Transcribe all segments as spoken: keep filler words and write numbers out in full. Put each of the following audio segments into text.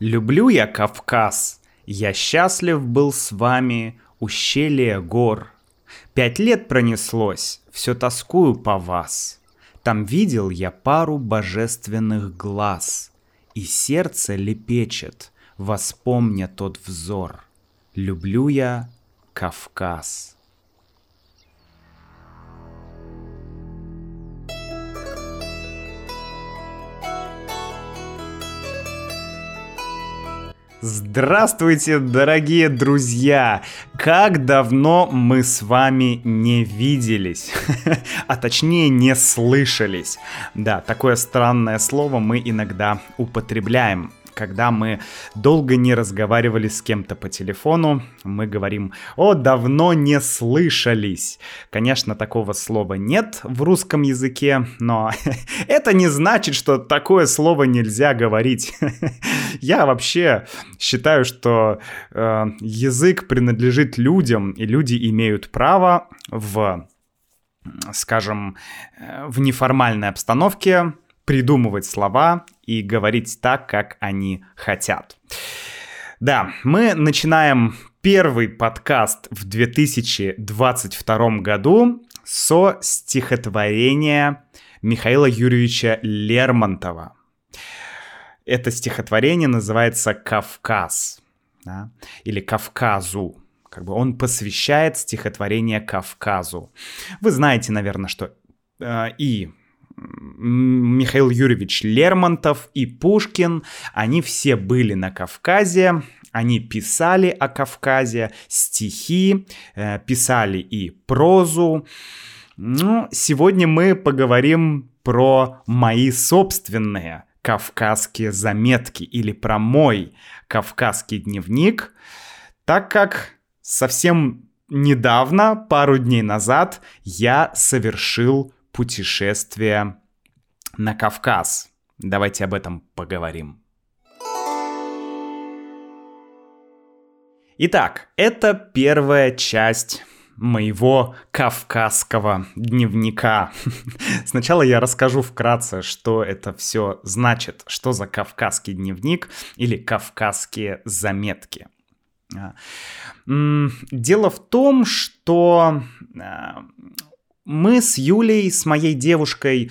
Люблю я Кавказ, я счастлив был с вами, ущелье гор. Пять лет пронеслось, все тоскую по вас. Там видел я пару божественных глаз, и сердце лепечет, воспомня тот взор. Люблю я Кавказ. Здравствуйте, дорогие друзья! Как давно мы с вами не виделись, а точнее не слышались. Да, такое странное слово мы иногда употребляем. Когда мы долго не разговаривали с кем-то по телефону, мы говорим: «О, давно не слышались». Конечно, такого слова нет в русском языке, но это не значит, что такое слово нельзя говорить. Я вообще считаю, что э, язык принадлежит людям, и люди имеют право в, скажем, в неформальной обстановке придумывать слова и говорить так, как они хотят. Да, мы начинаем первый подкаст в две тысячи двадцать втором году со стихотворения Михаила Юрьевича Лермонтова. Это стихотворение называется «Кавказ», да? Или «Кавказу». Как бы он посвящает стихотворение Кавказу. Вы знаете, наверное, что э, и Михаил Юрьевич Лермонтов и Пушкин, они все были на Кавказе, они писали о Кавказе стихи, э, писали и прозу. Ну, сегодня мы поговорим про мои собственные кавказские заметки или про мой кавказский дневник, так как совсем недавно, пару дней назад, я совершил путешествие на Кавказ. Давайте об этом поговорим. Итак, это первая часть моего кавказского дневника. Сначала я расскажу вкратце, что это все значит, что за кавказский дневник или кавказские заметки. Дело в том, что мы с Юлей, с моей девушкой,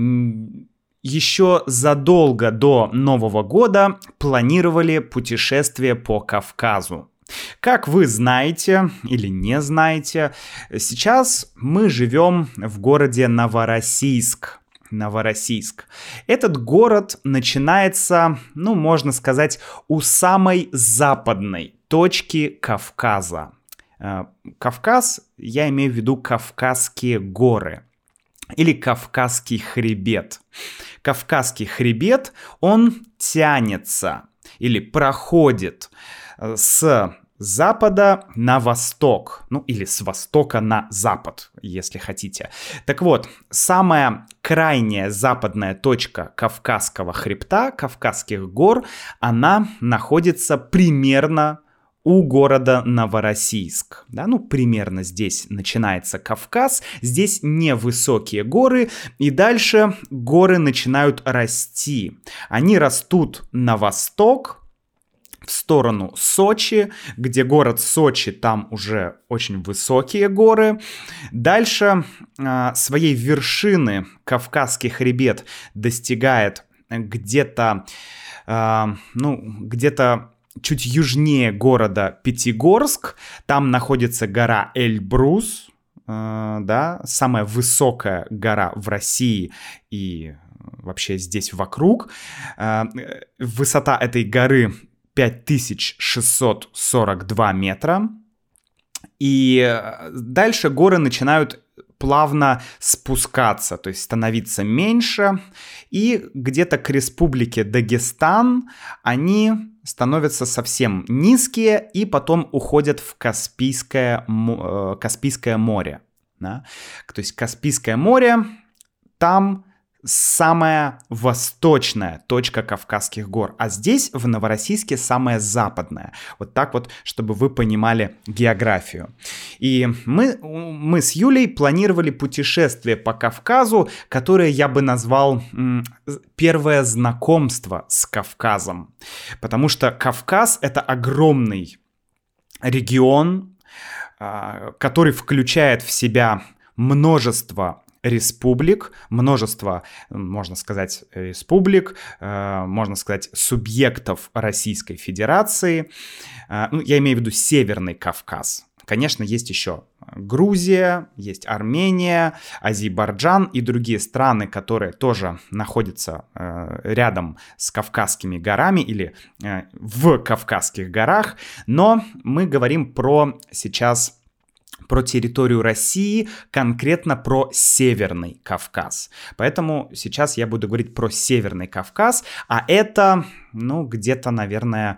еще задолго до Нового года планировали путешествие по Кавказу. Как вы знаете или не знаете, сейчас мы живем в городе Новороссийск. Новороссийск. Этот город начинается, ну, можно сказать, у самой западной точки Кавказа. Кавказ, я имею в виду Кавказские горы или Кавказский хребет. Кавказский хребет, он тянется или проходит с запада на восток, ну или с востока на запад, если хотите. Так вот, самая крайняя западная точка Кавказского хребта, Кавказских гор, она находится примерно у города Новороссийск. Да, ну, примерно здесь начинается Кавказ, здесь невысокие горы, и дальше горы начинают расти. Они растут на восток, в сторону Сочи, где город Сочи, там уже очень высокие горы. Дальше э, своей вершины Кавказский хребет достигает где-то, э, ну, где-то чуть южнее города Пятигорск. Там находится гора Эльбрус, э, да, самая высокая гора в России и вообще здесь вокруг. Э, высота этой горы пять тысяч шестьсот сорок два метра. И дальше горы начинают плавно спускаться, то есть становиться меньше. И где-то к республике Дагестан они становятся совсем низкие и потом уходят в Каспийское, Каспийское море. Да? То есть Каспийское море, там самая восточная точка Кавказских гор, а здесь, в Новороссийске, самая западная. Вот так вот, чтобы вы понимали географию. И мы, мы с Юлей планировали путешествие по Кавказу, которое я бы назвал м, первое знакомство с Кавказом. Потому что Кавказ — это огромный регион, а, который включает в себя множество республик, множество, можно сказать, республик, э, можно сказать, субъектов Российской Федерации. Э, ну, я имею в виду Северный Кавказ. Конечно, есть еще Грузия, есть Армения, Азербайджан и другие страны, которые тоже находятся э, рядом с Кавказскими горами или э, в Кавказских горах. Но мы говорим про сейчас... про территорию России, конкретно про Северный Кавказ. Поэтому сейчас я буду говорить про Северный Кавказ, а это, ну, где-то, наверное,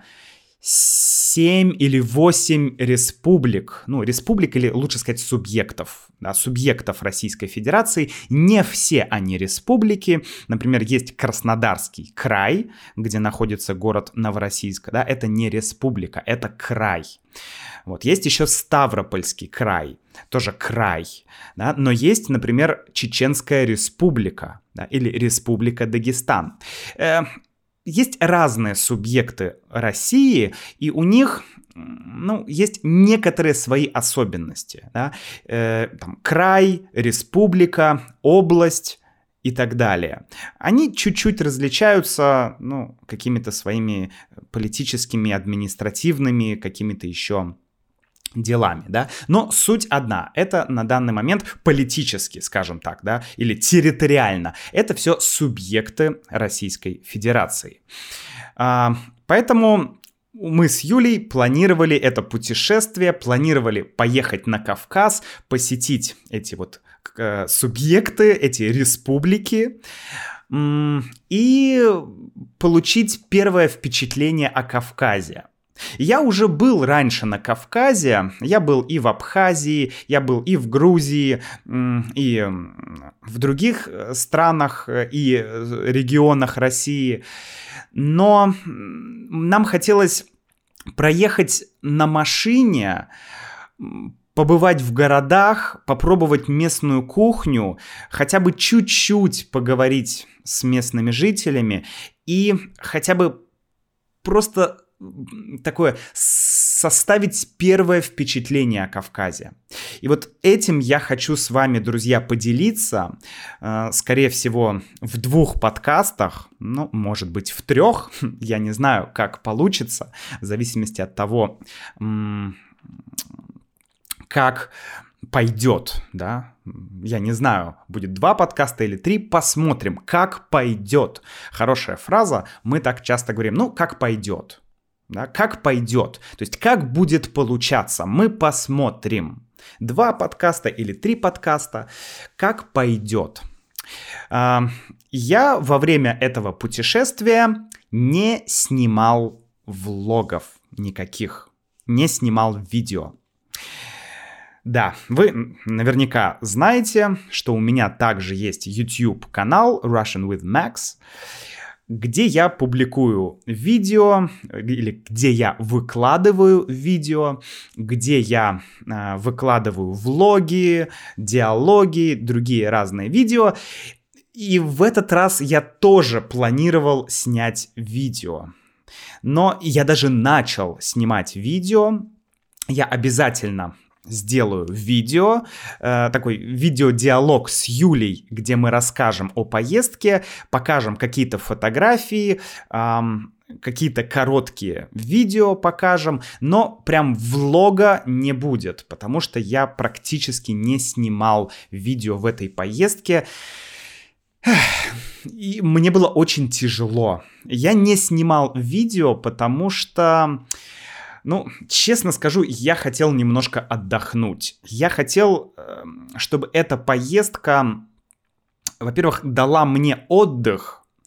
семь или восемь республик, ну, республик или, лучше сказать, субъектов, да, субъектов Российской Федерации. Не все они республики. Например, есть Краснодарский край, где находится город Новороссийск, да, это не республика, это край. Вот. Есть еще Ставропольский край, тоже край, да? Но есть, например, Чеченская республика, да? Или Республика Дагестан. Э, есть разные субъекты России, и у них, ну, есть некоторые свои особенности. Да? Э, там, край, республика, область и так далее. Они чуть-чуть различаются, ну, какими-то своими политическими, административными, какими-то еще делами, да, но суть одна, это на данный момент политически, скажем так, да, или территориально, это все субъекты Российской Федерации. А, поэтому мы с Юлей планировали это путешествие, планировали поехать на Кавказ, посетить эти вот э, субъекты, эти республики, и получить первое впечатление о Кавказе. Я уже был раньше на Кавказе, я был и в Абхазии, я был и в Грузии, и в других странах и регионах России, но нам хотелось проехать на машине, побывать в городах, попробовать местную кухню, хотя бы чуть-чуть поговорить с местными жителями и хотя бы просто такое составить первое впечатление о Кавказе. И вот этим я хочу с вами, друзья, поделиться, э, скорее всего, в двух подкастах, ну, может быть, в трех, я не знаю, как получится, в зависимости от того, м- как пойдет, да, я не знаю, будет два подкаста или три, посмотрим, как пойдет. Хорошая фраза, мы так часто говорим, ну, как пойдет. Да, как пойдет, то есть как будет получаться, мы посмотрим. Два подкаста или три подкаста, как пойдет. Я во время этого путешествия не снимал влогов никаких, не снимал видео. Да, вы наверняка знаете, что у меня также есть YouTube-канал Russian with Max, где я публикую видео, или где я выкладываю видео, где я э, выкладываю влоги, диалоги, другие разные видео. И в этот раз я тоже планировал снять видео. Но я даже начал снимать видео. Я обязательно сделаю видео, э, такой видеодиалог с Юлей, где мы расскажем о поездке, покажем какие-то фотографии, э, какие-то короткие видео покажем, но прям влога не будет, потому что я практически не снимал видео в этой поездке. И мне было очень тяжело. Я не снимал видео, потому что... Ну, честно скажу, я хотел немножко отдохнуть. Я хотел, чтобы эта поездка, во-первых, дала мне отдых,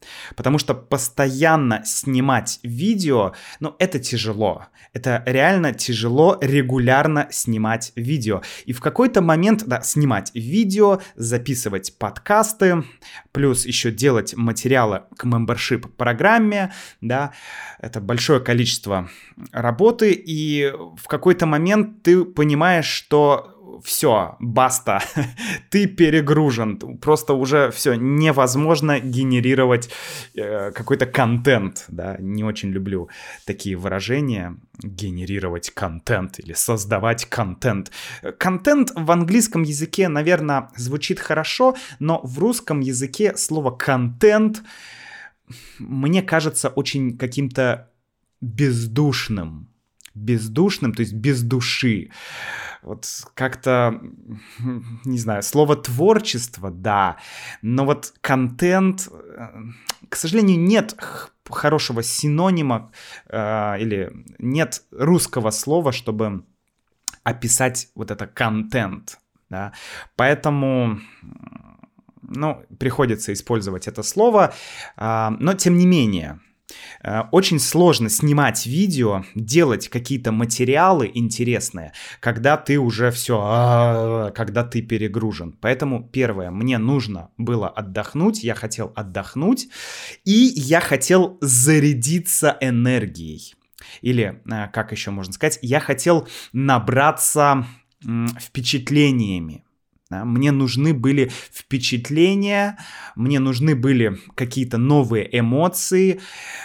Потому что постоянно снимать видео, ну, это тяжело. Это реально тяжело регулярно снимать видео. И в какой-то момент, да, снимать видео, записывать подкасты, плюс еще делать материалы к мембершип-программе, да, это большое количество работы, и в какой-то момент ты понимаешь, что все, баста, ты перегружен, просто уже все, невозможно генерировать э, какой-то контент, да, не очень люблю такие выражения, генерировать контент или создавать контент. Контент в английском языке, наверное, звучит хорошо, но в русском языке слово контент мне кажется очень каким-то бездушным. Бездушным, то есть без души. Вот как-то, не знаю, слово творчество, да, но вот контент, к сожалению, нет хорошего синонима э, или нет русского слова, чтобы описать вот это контент, да, поэтому, ну, приходится использовать это слово, э, но тем не менее. Очень сложно снимать видео, делать какие-то материалы интересные, когда ты уже все, когда ты перегружен. Поэтому первое, мне нужно было отдохнуть, я хотел отдохнуть, и я хотел зарядиться энергией. Или, как еще можно сказать, я хотел набраться впечатлениями. Мне нужны были впечатления, мне нужны были какие-то новые эмоции.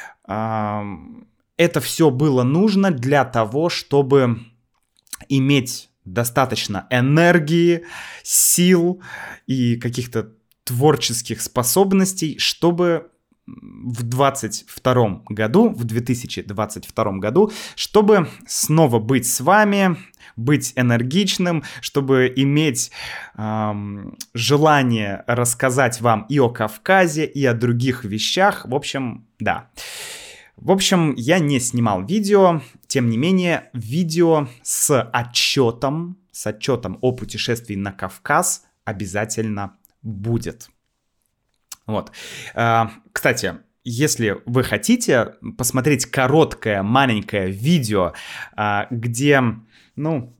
Это все было нужно для того, чтобы иметь достаточно энергии, сил и каких-то творческих способностей, чтобы в двадцать втором году, в две тысячи двадцать втором году, чтобы снова быть с вами, быть энергичным, чтобы иметь эм, желание рассказать вам и о Кавказе, и о других вещах. В общем, да. В общем, я не снимал видео, тем не менее, видео с отчетом, с отчетом о путешествии на Кавказ обязательно будет. Вот. Кстати, если вы хотите посмотреть короткое, маленькое видео, где, ну,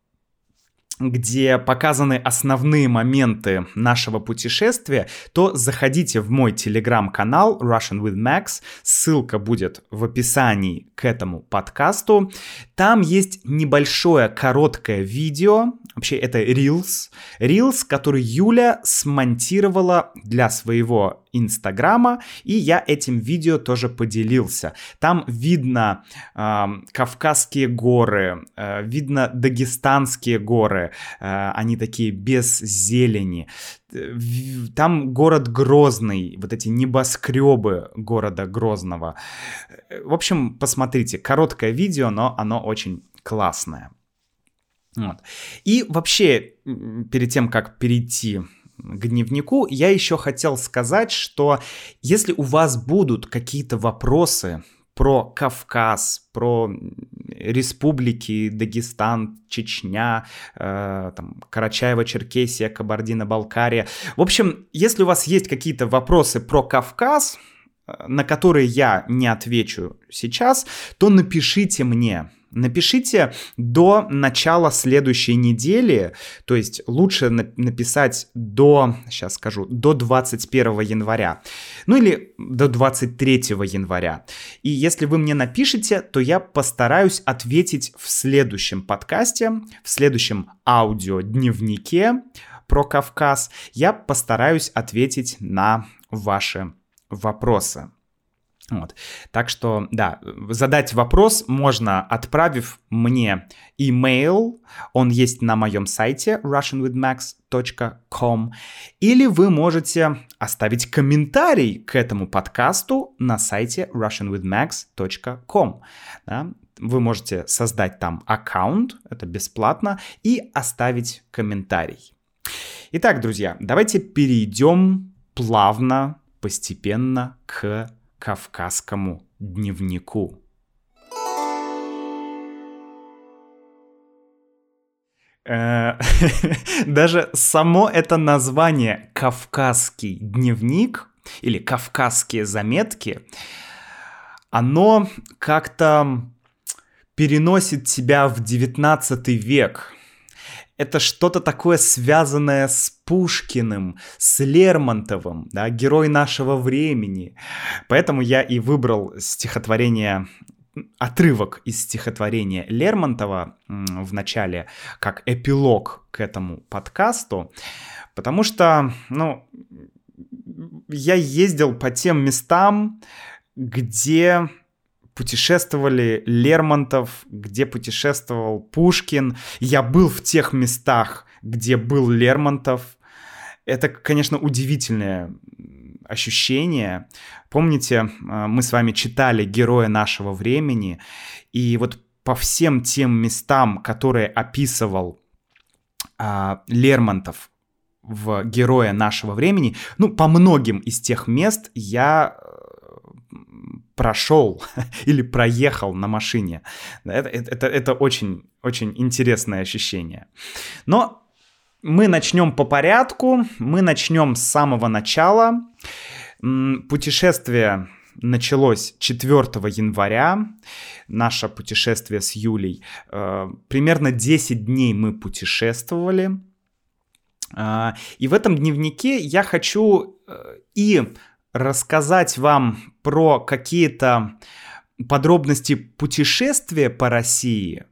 где показаны основные моменты нашего путешествия, то заходите в мой телеграм-канал Russian with Max, ссылка будет в описании к этому подкасту. Там есть небольшое короткое видео, вообще это Reels, Reels, который Юля смонтировала для своего Инстаграма, и я этим видео тоже поделился. Там видно э, Кавказские горы, э, видно Дагестанские горы, э, они такие без зелени. Там город Грозный, вот эти небоскребы города Грозного. В общем, посмотрите, короткое видео, но оно очень классное. Вот. И вообще, перед тем, как перейти к дневнику, я еще хотел сказать, что если у вас будут какие-то вопросы про Кавказ, про республики Дагестан, Чечня, э, там, Карачаево-Черкесия, Кабардино-Балкария, в общем, если у вас есть какие-то вопросы про Кавказ, на которые я не отвечу сейчас, то напишите мне. Напишите до начала следующей недели, то есть лучше на- написать до, сейчас скажу, до двадцать первого января, ну или до двадцать третьего января. И если вы мне напишите, то я постараюсь ответить в следующем подкасте, в следующем аудиодневнике про Кавказ. Я постараюсь ответить на ваши вопросы. Вот. Так что, да, задать вопрос можно, отправив мне имейл, он есть на моем сайте russian with max точка com, или вы можете оставить комментарий к этому подкасту на сайте russian with max точка com. Да? Вы можете создать там аккаунт, это бесплатно, и оставить комментарий. Итак, друзья, давайте перейдем плавно, постепенно к Кавказскому дневнику. Даже само это название «Кавказский дневник» или «Кавказские заметки», оно как-то переносит тебя в девятнадцатый век. Это что-то такое, связанное с Пушкиным, с Лермонтовым, да, герой нашего времени. Поэтому я и выбрал стихотворение, отрывок из стихотворения Лермонтова в начале, как эпилог к этому подкасту, потому что, ну, я ездил по тем местам, где путешествовали Лермонтов, где путешествовал Пушкин. Я был в тех местах, где был Лермонтов. Это, конечно, удивительное ощущение. Помните, мы с вами читали «Героя нашего времени», и вот по всем тем местам, которые описывал а, Лермонтов в «Героя нашего времени», ну, по многим из тех мест я прошел или проехал на машине. Это, это, это очень, очень интересное ощущение. Но мы начнем по порядку. Мы начнем с самого начала. Путешествие началось четвёртого января. Наше путешествие с Юлей. Примерно десять дней мы путешествовали. И в этом дневнике я хочу и рассказать вам про какие-то подробности путешествия по России,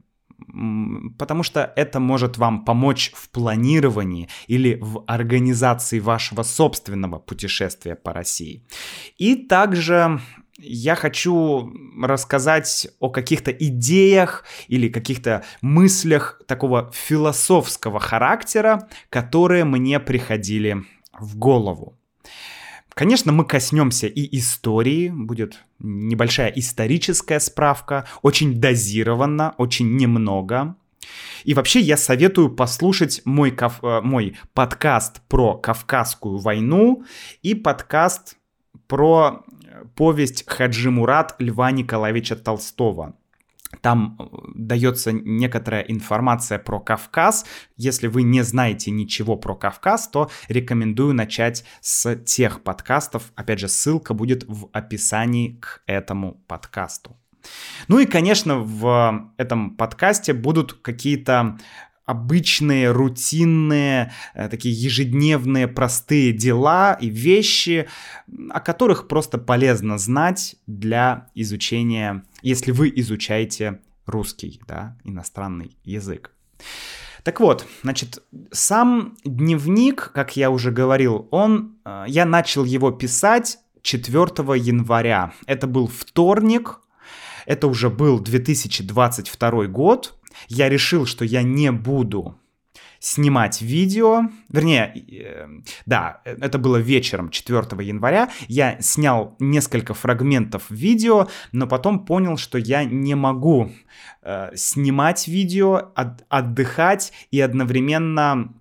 потому что это может вам помочь в планировании или в организации вашего собственного путешествия по России. И также я хочу рассказать о каких-то идеях или каких-то мыслях такого философского характера, которые мне приходили в голову. Конечно, мы коснемся и истории, будет небольшая историческая справка, очень дозированно, очень немного. И вообще я советую послушать мой, кав... мой подкаст про Кавказскую войну и подкаст про повесть Хаджи Мурат Льва Николаевича Толстого. Там дается некоторая информация про Кавказ. Если вы не знаете ничего про Кавказ, то рекомендую начать с тех подкастов. Опять же, ссылка будет в описании к этому подкасту. Ну и, конечно, в этом подкасте будут какие-то обычные, рутинные, такие ежедневные, простые дела и вещи, о которых просто полезно знать для изучения, если вы изучаете русский, да, иностранный язык. Так вот, значит, сам дневник, как я уже говорил, он, я начал его писать четвёртого января. Это был вторник, это уже был две тысячи двадцать второй год. Я решил, что я не буду снимать видео. Вернее, э, да, это было вечером четвёртого января. Я снял несколько фрагментов видео, но потом понял, что я не могу э, снимать видео, от, отдыхать и одновременно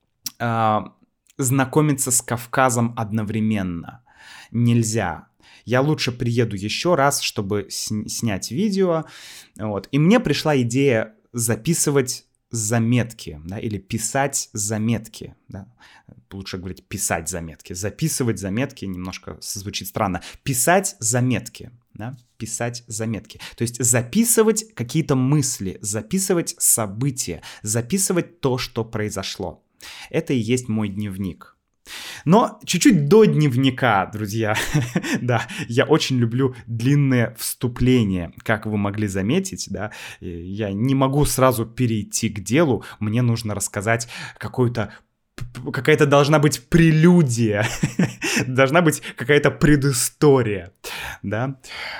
э, знакомиться с Кавказом одновременно. Нельзя. Я лучше приеду еще раз, чтобы с- снять видео. Вот. И мне пришла идея записывать заметки, да, или писать заметки. Да. Лучше говорить писать заметки. Записывать заметки немножко звучит странно. Писать заметки. Да, писать заметки. То есть записывать какие-то мысли, записывать события, записывать то, что произошло. Это и есть мой дневник. Но чуть-чуть до дневника, друзья. Да, я очень люблю длинные вступления, как вы могли заметить, да. Я не могу сразу перейти к делу, мне нужно рассказать какую-то какая-то должна быть прелюдия, должна быть какая-то предыстория, да.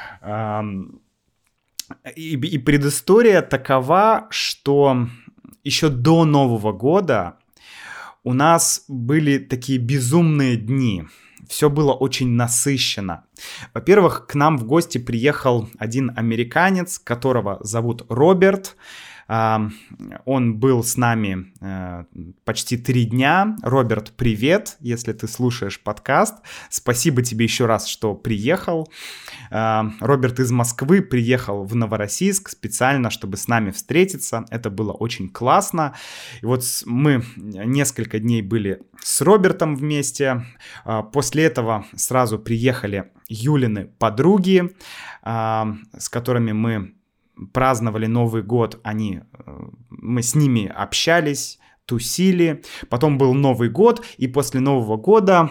И, и предыстория такова, что еще до Нового года у нас были такие безумные дни. Все было очень насыщенно. Во-первых, к нам в гости приехал один американец, которого зовут Роберт. Он был с нами почти три дня. Роберт, привет, если ты слушаешь подкаст. Спасибо тебе еще раз, что приехал. Роберт из Москвы приехал в Новороссийск специально, чтобы с нами встретиться. Это было очень классно. И вот мы несколько дней были с Робертом вместе. После этого сразу приехали Юлины подруги, с которыми мы праздновали Новый год. Они, мы с ними общались, тусили. Потом был Новый год, и после Нового года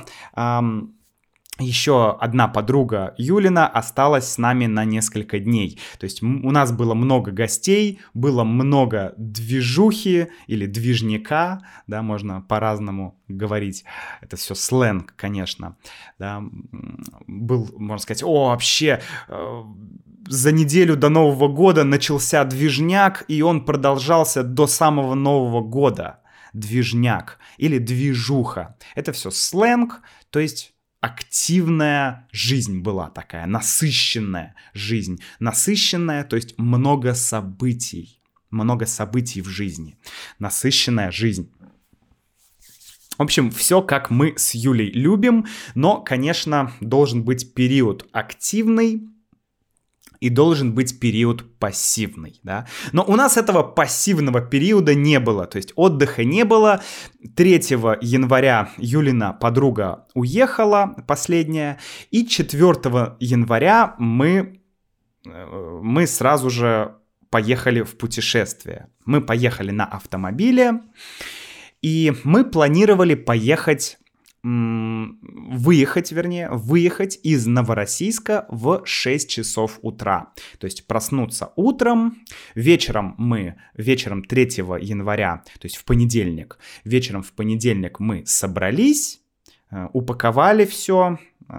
еще одна подруга Юлина осталась с нами на несколько дней. То есть у нас было много гостей, было много движухи или движняка, да, можно по-разному говорить. Это все сленг, конечно. Да. Был, можно сказать, о, вообще, э, за неделю до Нового года начался движняк, и он продолжался до самого Нового года. Движняк или движуха. Это все сленг, то есть активная жизнь была такая, насыщенная жизнь. Насыщенная, то есть много событий. Много событий в жизни. Насыщенная жизнь. В общем, все как мы с Юлей любим, но, конечно, должен быть период активный и должен быть период пассивный, да. Но у нас этого пассивного периода не было, то есть отдыха не было. третьего января Юлина подруга уехала, последняя, и четвёртого января мы, мы сразу же поехали в путешествие. Мы поехали на автомобиле, и мы планировали поехать... выехать, вернее, выехать из Новороссийска в шесть часов утра. То есть проснуться утром, вечером мы, вечером третьего января, то есть в понедельник, вечером в понедельник мы собрались, упаковали все,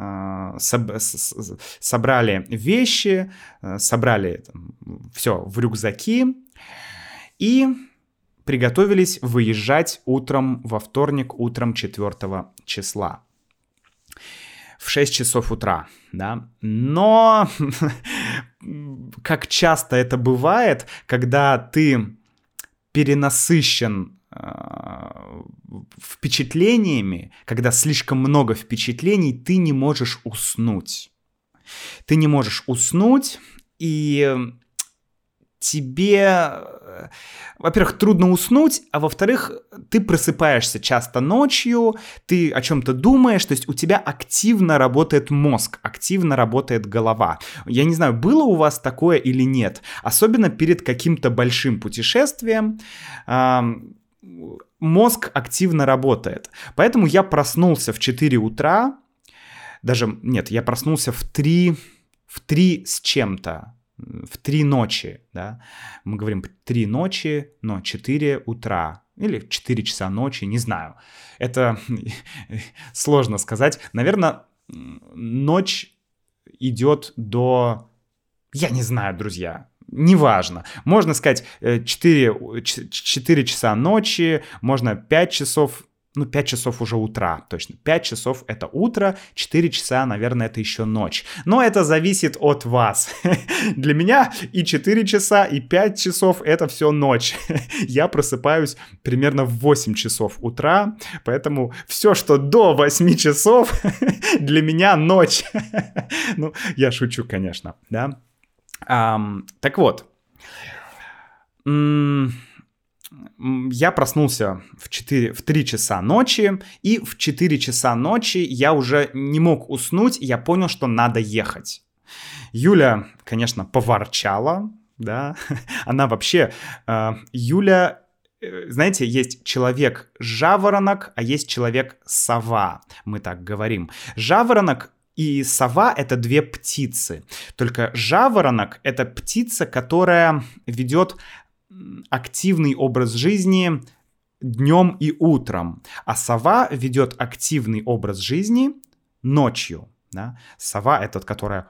собрали вещи, собрали все в рюкзаки и приготовились выезжать утром во вторник, утром четвёртого числа. В шесть часов утра, да. Но, как часто это бывает, когда ты перенасыщен э, впечатлениями, когда слишком много впечатлений, ты не можешь уснуть. Ты не можешь уснуть, и... тебе, во-первых, трудно уснуть, а во-вторых, ты просыпаешься часто ночью, ты о чем-то думаешь, то есть у тебя активно работает мозг, активно работает голова. Я не знаю, было у вас такое или нет, особенно перед каким-то большим путешествием э, мозг активно работает. Поэтому я проснулся в четыре утра, даже, нет, я проснулся в три, в три с чем-то. В три ночи, да, мы говорим три ночи, но четыре утра или четыре часа ночи, не знаю, это сложно сказать, наверное, ночь идет до, я не знаю, друзья, неважно, можно сказать четыре, четыре часа ночи, можно пять часов, ну, пять часов уже утра, точно. пять часов это утро, четыре часа, наверное, это еще ночь. Но это зависит от вас. Для меня и четыре часа, и пять часов это все ночь. Я просыпаюсь примерно в восемь часов утра, поэтому все, что до восьми часов, для меня ночь. Ну, я шучу, конечно, да. Um, так вот. М- Я проснулся в, четыре, в три часа ночи, и в четыре часа ночи я уже не мог уснуть, я понял, что надо ехать. Юля, конечно, поворчала, да, она вообще, э, Юля, э, знаете, есть человек-жаворонок, а есть человек-сова, мы так говорим. Жаворонок и сова — это две птицы, только жаворонок — это птица, которая ведет активный образ жизни днем и утром, а сова ведет активный образ жизни ночью. Да? Сова — это которая...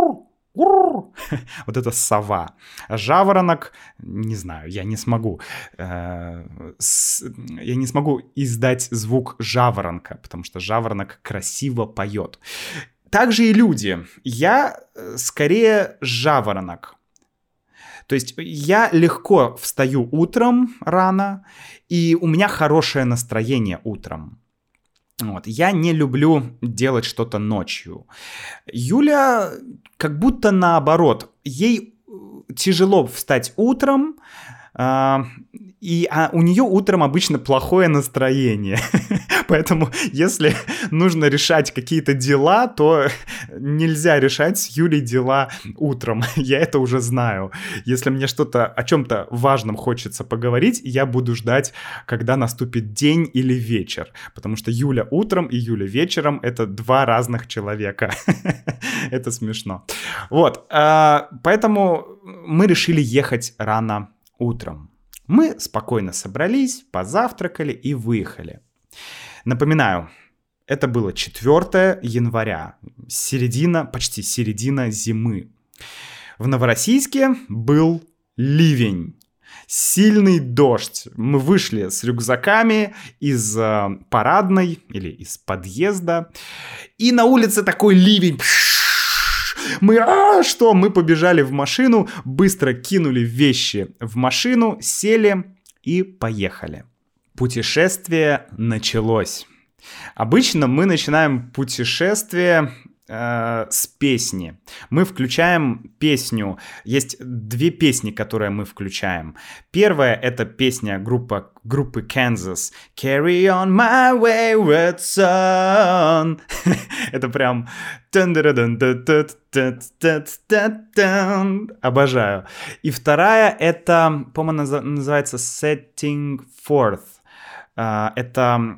Вот это сова. Жаворонок, не знаю, я не смогу. Э, с, я не смогу издать звук жаворонка, потому что жаворонок красиво поет. Также и люди. Я скорее жаворонок. То есть я легко встаю утром рано, и у меня хорошее настроение утром. Вот. Я не люблю делать что-то ночью. Юля как будто наоборот. Ей тяжело встать утром, Uh, и а у нее утром обычно плохое настроение. Поэтому, если нужно решать какие-то дела, то нельзя решать с Юлей дела утром. Я это уже знаю. Если мне что-то о чем-то важном хочется поговорить, я буду ждать, когда наступит день или вечер. Потому что Юля утром и Юля вечером — это два разных человека. Это смешно. Вот. Uh, поэтому мы решили ехать рано утром. Мы спокойно собрались, позавтракали и выехали. Напоминаю, это было четвёртого января, середина, почти середина зимы. В Новороссийске был ливень, сильный дождь. Мы вышли с рюкзаками из э, парадной или из подъезда, и на улице такой ливень. Мы, а, что? Мы побежали в машину, быстро кинули вещи в машину, сели и поехали. Путешествие началось. Обычно мы начинаем путешествие э, с песни. Мы включаем песню. Есть две песни, которые мы включаем. Первая — это песня группы, группы Kansas. Carry on my wayward son. Это прям... Обожаю. И вторая — это, по-моему, называется Setting Forth. Это...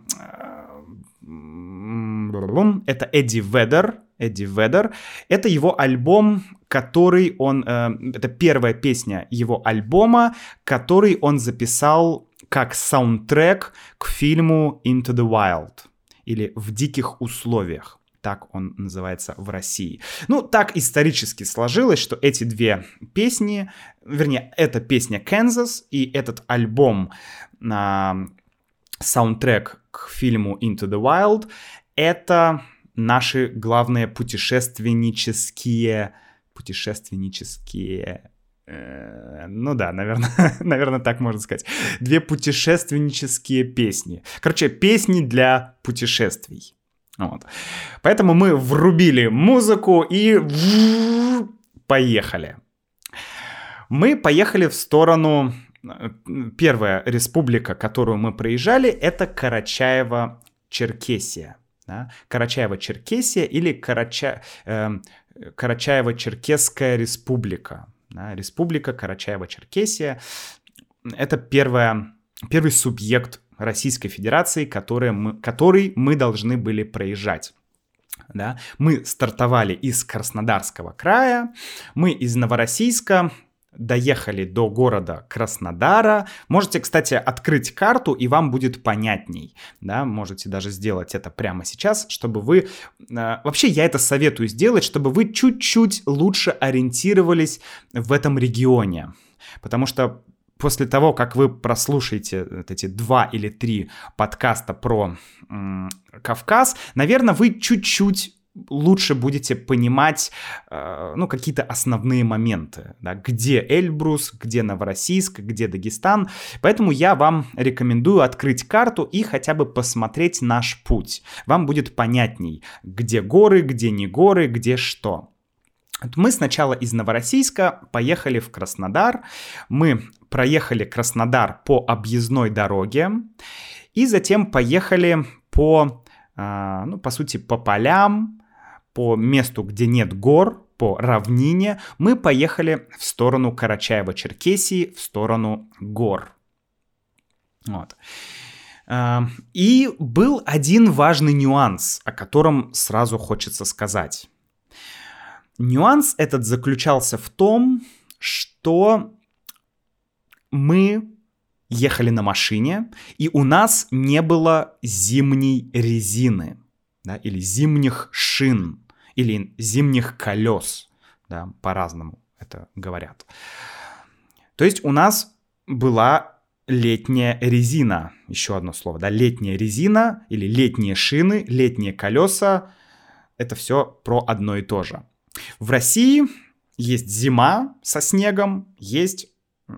Это Эдди Веддер. Эдди Веддер. Это его альбом, который он... Э, это первая песня его альбома, который он записал как саундтрек к фильму Into the Wild. Или «В диких условиях». Так он называется в России. Ну, так исторически сложилось, что эти две песни... Вернее, эта песня Kansas и этот альбом... Э, саундтрек к фильму Into the Wild — это наши главные путешественнические... Путешественнические... Э, ну да, наверное, наверное, так можно сказать. Две путешественнические песни. Короче, песни для путешествий. Вот. Поэтому мы врубили музыку и поехали. Мы поехали в сторону... Первая республика, которую мы проезжали, это Карачаево-Черкесия. Да? Карачаево-Черкесия или Карача... э, Карачаево-Черкесская республика. Да? Республика Карачаево-Черкесия. Это первая, первый субъект Российской Федерации, который мы, который мы должны были проезжать. Да? Мы стартовали из Краснодарского края, мы из Новороссийска доехали до города Краснодара. Можете, кстати, открыть карту, и вам будет понятней. Да? Можете даже сделать это прямо сейчас, чтобы вы... Э, вообще, я это советую сделать, чтобы вы чуть-чуть лучше ориентировались в этом регионе. Потому что после того, как вы прослушаете вот эти два или три подкаста про м, Кавказ, наверное, вы чуть-чуть лучше будете понимать, э, ну, какие-то основные моменты, да, где Эльбрус, где Новороссийск, где Дагестан. Поэтому я вам рекомендую открыть карту и хотя бы посмотреть наш путь. Вам будет понятней, где горы, где не горы, где что. Мы сначала из Новороссийска поехали в Краснодар. Мы проехали Краснодар по объездной дороге и затем поехали по, э, ну, по сути, по полям, по месту, где нет гор, по равнине. Мы поехали в сторону Карачаево-Черкесии, в сторону гор. Вот. И был один важный нюанс, о котором сразу хочется сказать. Нюанс этот заключался в том, что мы ехали на машине, и у нас не было зимней резины, да, или зимних шин, или зимних колес, да, по-разному это говорят. То есть у нас была летняя резина, еще одно слово, да, летняя резина или летние шины, летние колеса, это все про одно и то же. В России есть зима со снегом, есть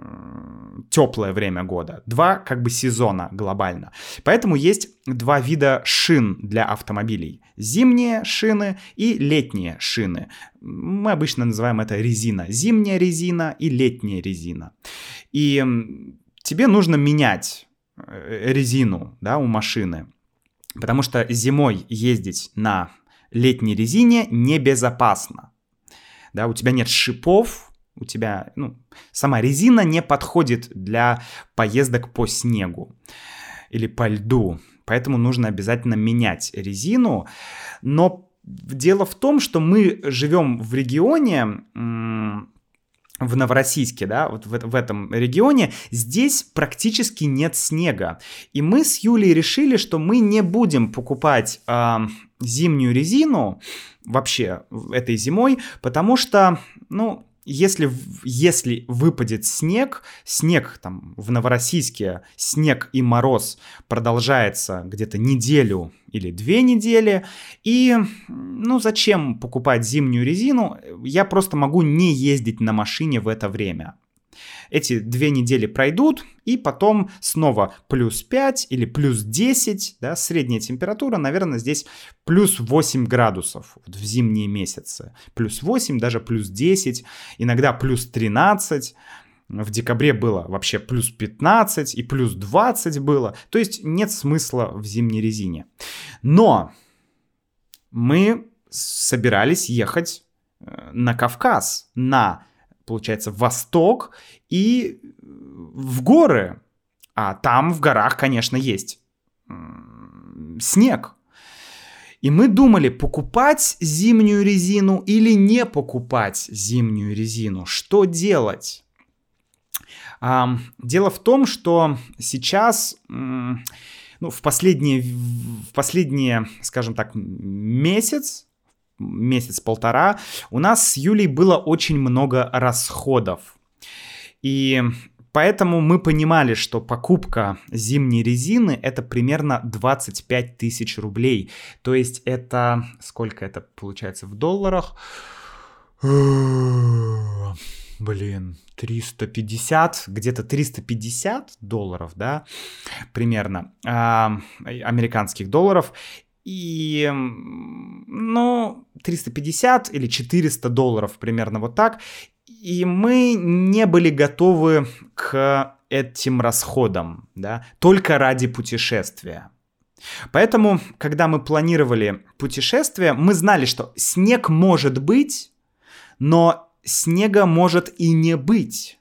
теплое время года. Два как бы сезона глобально. Поэтому есть два вида шин для автомобилей. Зимние шины и летние шины. Мы обычно называем это резина. Зимняя резина и летняя резина. И тебе нужно менять резину, да, у машины. Потому что зимой ездить на летней резине небезопасно. Да, у тебя нет шипов, у тебя, ну, сама резина не подходит для поездок по снегу или по льду. Поэтому нужно обязательно менять резину. Но дело в том, что мы живем в регионе, в Новороссийске, да, вот в, в этом регионе, здесь практически нет снега. И мы с Юлей решили, что мы не будем покупать э, зимнюю резину вообще этой зимой, потому что, ну, Если, если выпадет снег, снег там в Новороссийске, снег и мороз продолжается где-то неделю или две недели, и, ну, зачем покупать зимнюю резину? Я просто могу не ездить на машине в это время. Эти две недели пройдут, и потом снова плюс пять или плюс десять, да, средняя температура, наверное, здесь плюс восемь градусов в зимние месяцы. Плюс восемь, даже плюс десять, иногда плюс тринадцать. В декабре было вообще плюс пятнадцать и плюс двадцать было. То есть нет смысла в зимней резине. Но мы собирались ехать на Кавказ, на, получается, восток и в горы. А там в горах, конечно, есть снег. И мы думали, покупать зимнюю резину или не покупать зимнюю резину. Что делать? А, дело в том, что сейчас, ну, в последние, в последние, скажем так, месяц, месяц-полтора, у нас с Юлей было очень много расходов. И поэтому мы понимали, что покупка зимней резины — это примерно двадцать пять тысяч рублей. То есть это... Сколько это получается в долларах? Блин, триста пятьдесят, где-то триста пятьдесят долларов, да, примерно, а, американских долларов. И, ну, триста пятьдесят или четыреста долларов, примерно вот так. И мы не были готовы к этим расходам, да, только ради путешествия. Поэтому, когда мы планировали путешествие, мы знали, что снег может быть, но снега может и не быть.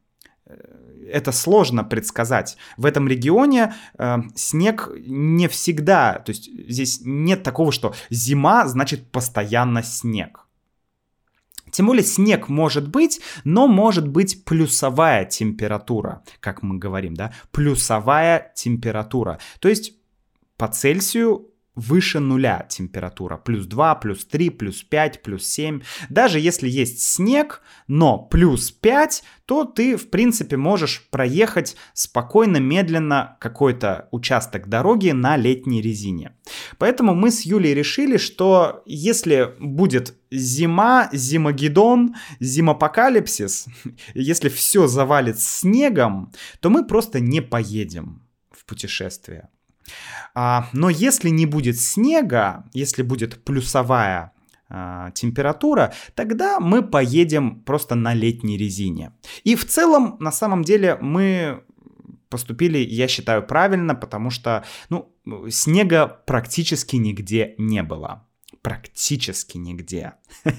Это сложно предсказать. В этом регионе э, снег не всегда, то есть здесь нет такого, что зима значит постоянно снег. Тем более снег может быть, но может быть плюсовая температура, как мы говорим, да, плюсовая температура. То есть по Цельсию выше нуля температура, плюс два, плюс три, плюс пять, плюс семь. Даже если есть снег, но плюс пять, то ты, в принципе, можешь проехать спокойно, медленно какой-то участок дороги на летней резине. Поэтому мы с Юлей решили, что если будет зима, зимагеддон, зимапокалипсис, если все завалит снегом, то мы просто не поедем в путешествие. А, но если не будет снега, если будет плюсовая а, температура, тогда мы поедем просто на летней резине. И в целом, на самом деле, мы поступили, я считаю, правильно, потому что, ну, снега практически нигде не было. Практически нигде.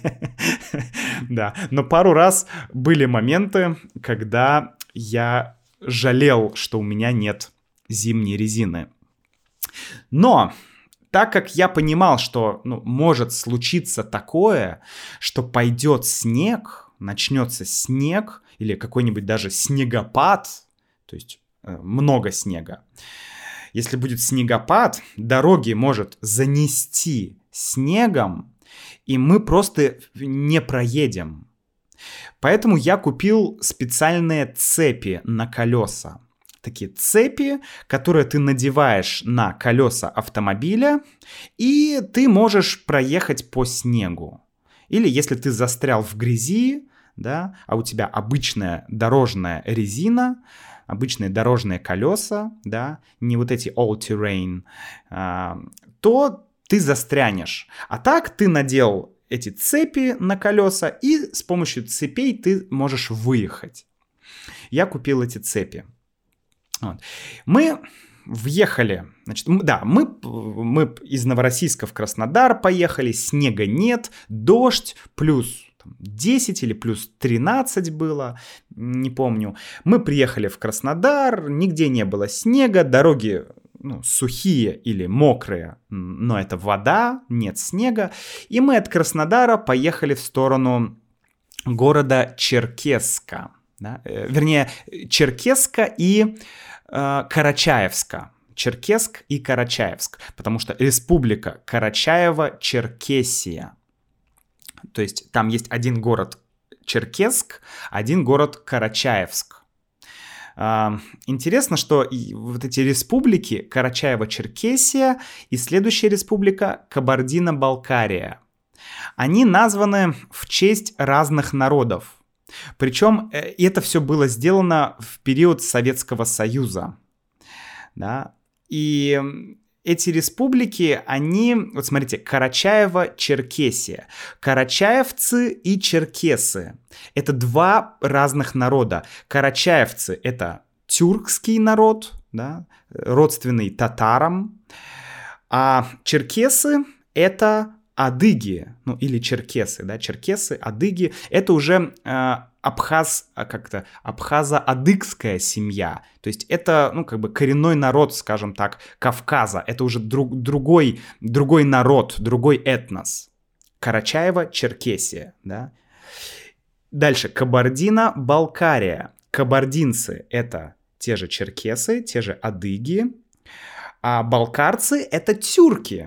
Да, но пару раз были моменты, когда я жалел, что у меня нет зимней резины. Но так как я понимал, что, ну, может случиться такое, что пойдет снег, начнется снег или какой-нибудь даже снегопад, то есть э, много снега. Если будет снегопад, дороги может занести снегом, и мы просто не проедем. Поэтому я купил специальные цепи на колеса. Такие цепи, которые ты надеваешь на колеса автомобиля, и ты можешь проехать по снегу. Или если ты застрял в грязи, да, а у тебя обычная дорожная резина, обычные дорожные колеса, да, не вот эти all-terrain, а, то ты застрянешь. А так ты надел эти цепи на колеса, и с помощью цепей ты можешь выехать. Я купил эти цепи. Вот. Мы въехали, значит, да, мы, мы из Новороссийска в Краснодар поехали, снега нет, дождь, плюс десять или плюс тринадцать было, не помню. Мы приехали в Краснодар, нигде не было снега, дороги ну, сухие или мокрые, но это вода, нет снега. И мы от Краснодара поехали в сторону города Черкесска. Да? Вернее, Черкесска и э, Карачаевска. Черкесск и Карачаевск, потому что республика Карачаево-Черкесия. То есть там есть один город Черкесск, один город Карачаевск. Интересно, что вот эти республики Карачаево-Черкесия и следующая республика Кабардино-Балкария, они названы в честь разных народов. Причем это все было сделано в период Советского Союза. Да? И эти республики, они, вот смотрите, Карачаево-Черкесия. Карачаевцы и черкесы — это два разных народа. Карачаевцы — это тюркский народ, да, родственный татарам, а черкесы — это адыги, ну или черкесы, да, черкесы, адыги — это уже э, абхаз, как-то абхазо-адыгская семья, то есть это, ну, как бы коренной народ, скажем так, Кавказа, это уже друг, другой, другой народ, другой этнос. Карачаево-Черкесия, да. Дальше, Кабардино-Балкария. Кабардинцы — это те же черкесы, те же адыги, а балкарцы — это тюрки.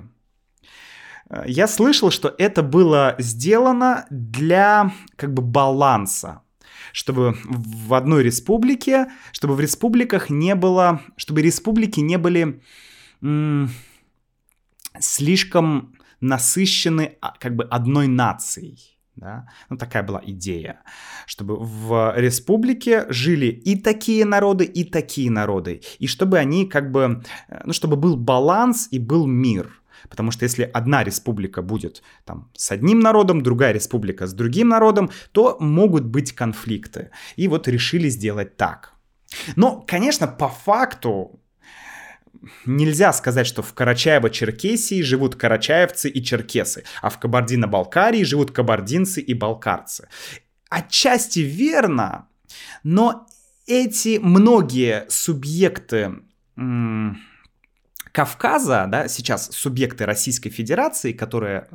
Я слышал, что это было сделано для как бы баланса, чтобы в одной республике, чтобы в республиках не было, чтобы республики не были м- слишком насыщены как бы одной нацией. Да? Ну, такая была идея, чтобы в республике жили и такие народы, и такие народы, и чтобы они как бы, ну, чтобы был баланс и был мир. Потому что если одна республика будет там с одним народом, другая республика с другим народом, то могут быть конфликты. И вот решили сделать так. Но, конечно, по факту нельзя сказать, что в Карачаево-Черкесии живут карачаевцы и черкесы, а в Кабардино-Балкарии живут кабардинцы и балкарцы. Отчасти верно, но эти многие субъекты м- Кавказа, да, сейчас субъекты Российской Федерации, которые,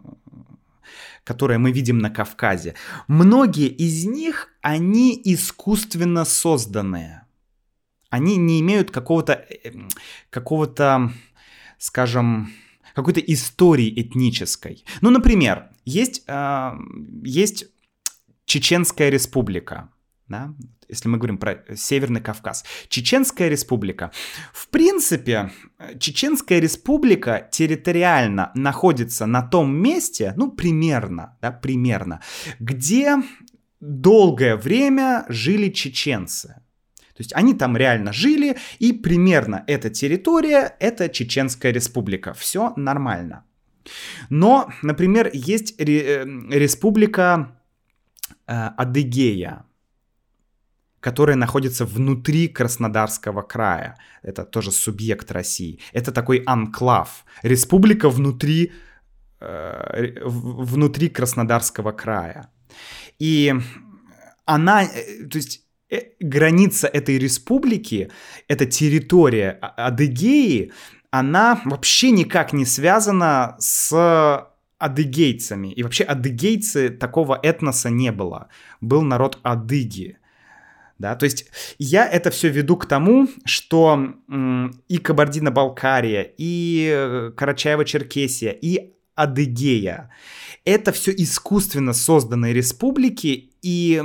которые мы видим на Кавказе, многие из них, они искусственно созданные. Они не имеют какого-то, какого-то, скажем, какой-то истории этнической. Ну, например, есть, э, есть Чеченская республика, да? Если мы говорим про Северный Кавказ. Чеченская республика. В принципе, Чеченская республика территориально находится на том месте, ну, примерно, да, примерно, где долгое время жили чеченцы. То есть они там реально жили, и примерно эта территория — это Чеченская республика. Все нормально. Но, например, есть республика э, Адыгея, которая находится внутри Краснодарского края. Это тоже субъект России. Это такой анклав. Республика внутри, э, внутри Краснодарского края. И она, то есть э, граница этой республики, эта территория Адыгеи, она вообще никак не связана с адыгейцами. И вообще адыгейцы, такого этноса не было. Был народ адыги. Да, то есть я это все веду к тому, что м, и Кабардино-Балкария, и Карачаево-Черкесия, и Адыгея — это все искусственно созданные республики, и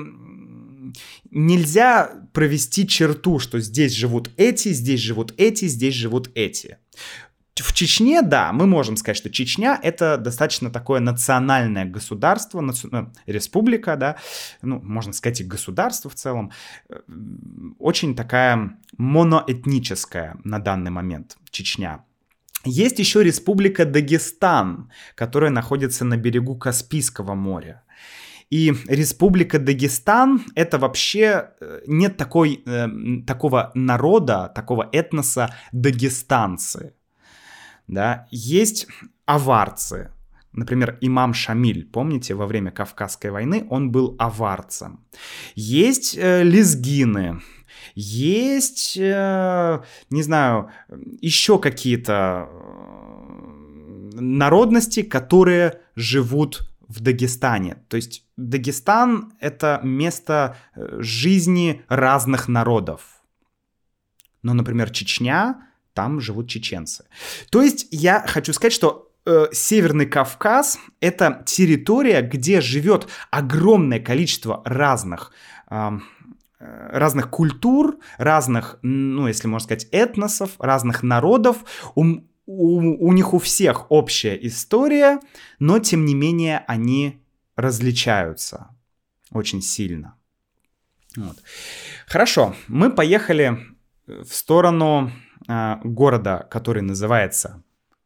нельзя провести черту, что здесь живут эти, здесь живут эти, здесь живут эти. В Чечне, да, мы можем сказать, что Чечня — это достаточно такое национальное государство, наци... республика, да, ну, можно сказать, и государство в целом, очень такая моноэтническая на данный момент Чечня. Есть еще республика Дагестан, которая находится на берегу Каспийского моря. И республика Дагестан — это вообще нет такой, э, такого народа, такого этноса дагестанцы. Да? Есть аварцы. Например, имам Шамиль, помните, во время Кавказской войны он был аварцем. Есть э, лезгины. Есть, э, не знаю, еще какие-то народности, которые живут в Дагестане. То есть Дагестан — это место жизни разных народов. Но, например, Чечня, там живут чеченцы. То есть я хочу сказать, что э, Северный Кавказ — это территория, где живет огромное количество разных э, разных культур, разных, ну, если можно сказать, этносов, разных народов. У, у, у них у всех общая история, но, тем не менее, они различаются очень сильно. Вот. Хорошо, мы поехали в сторону э, города, который называется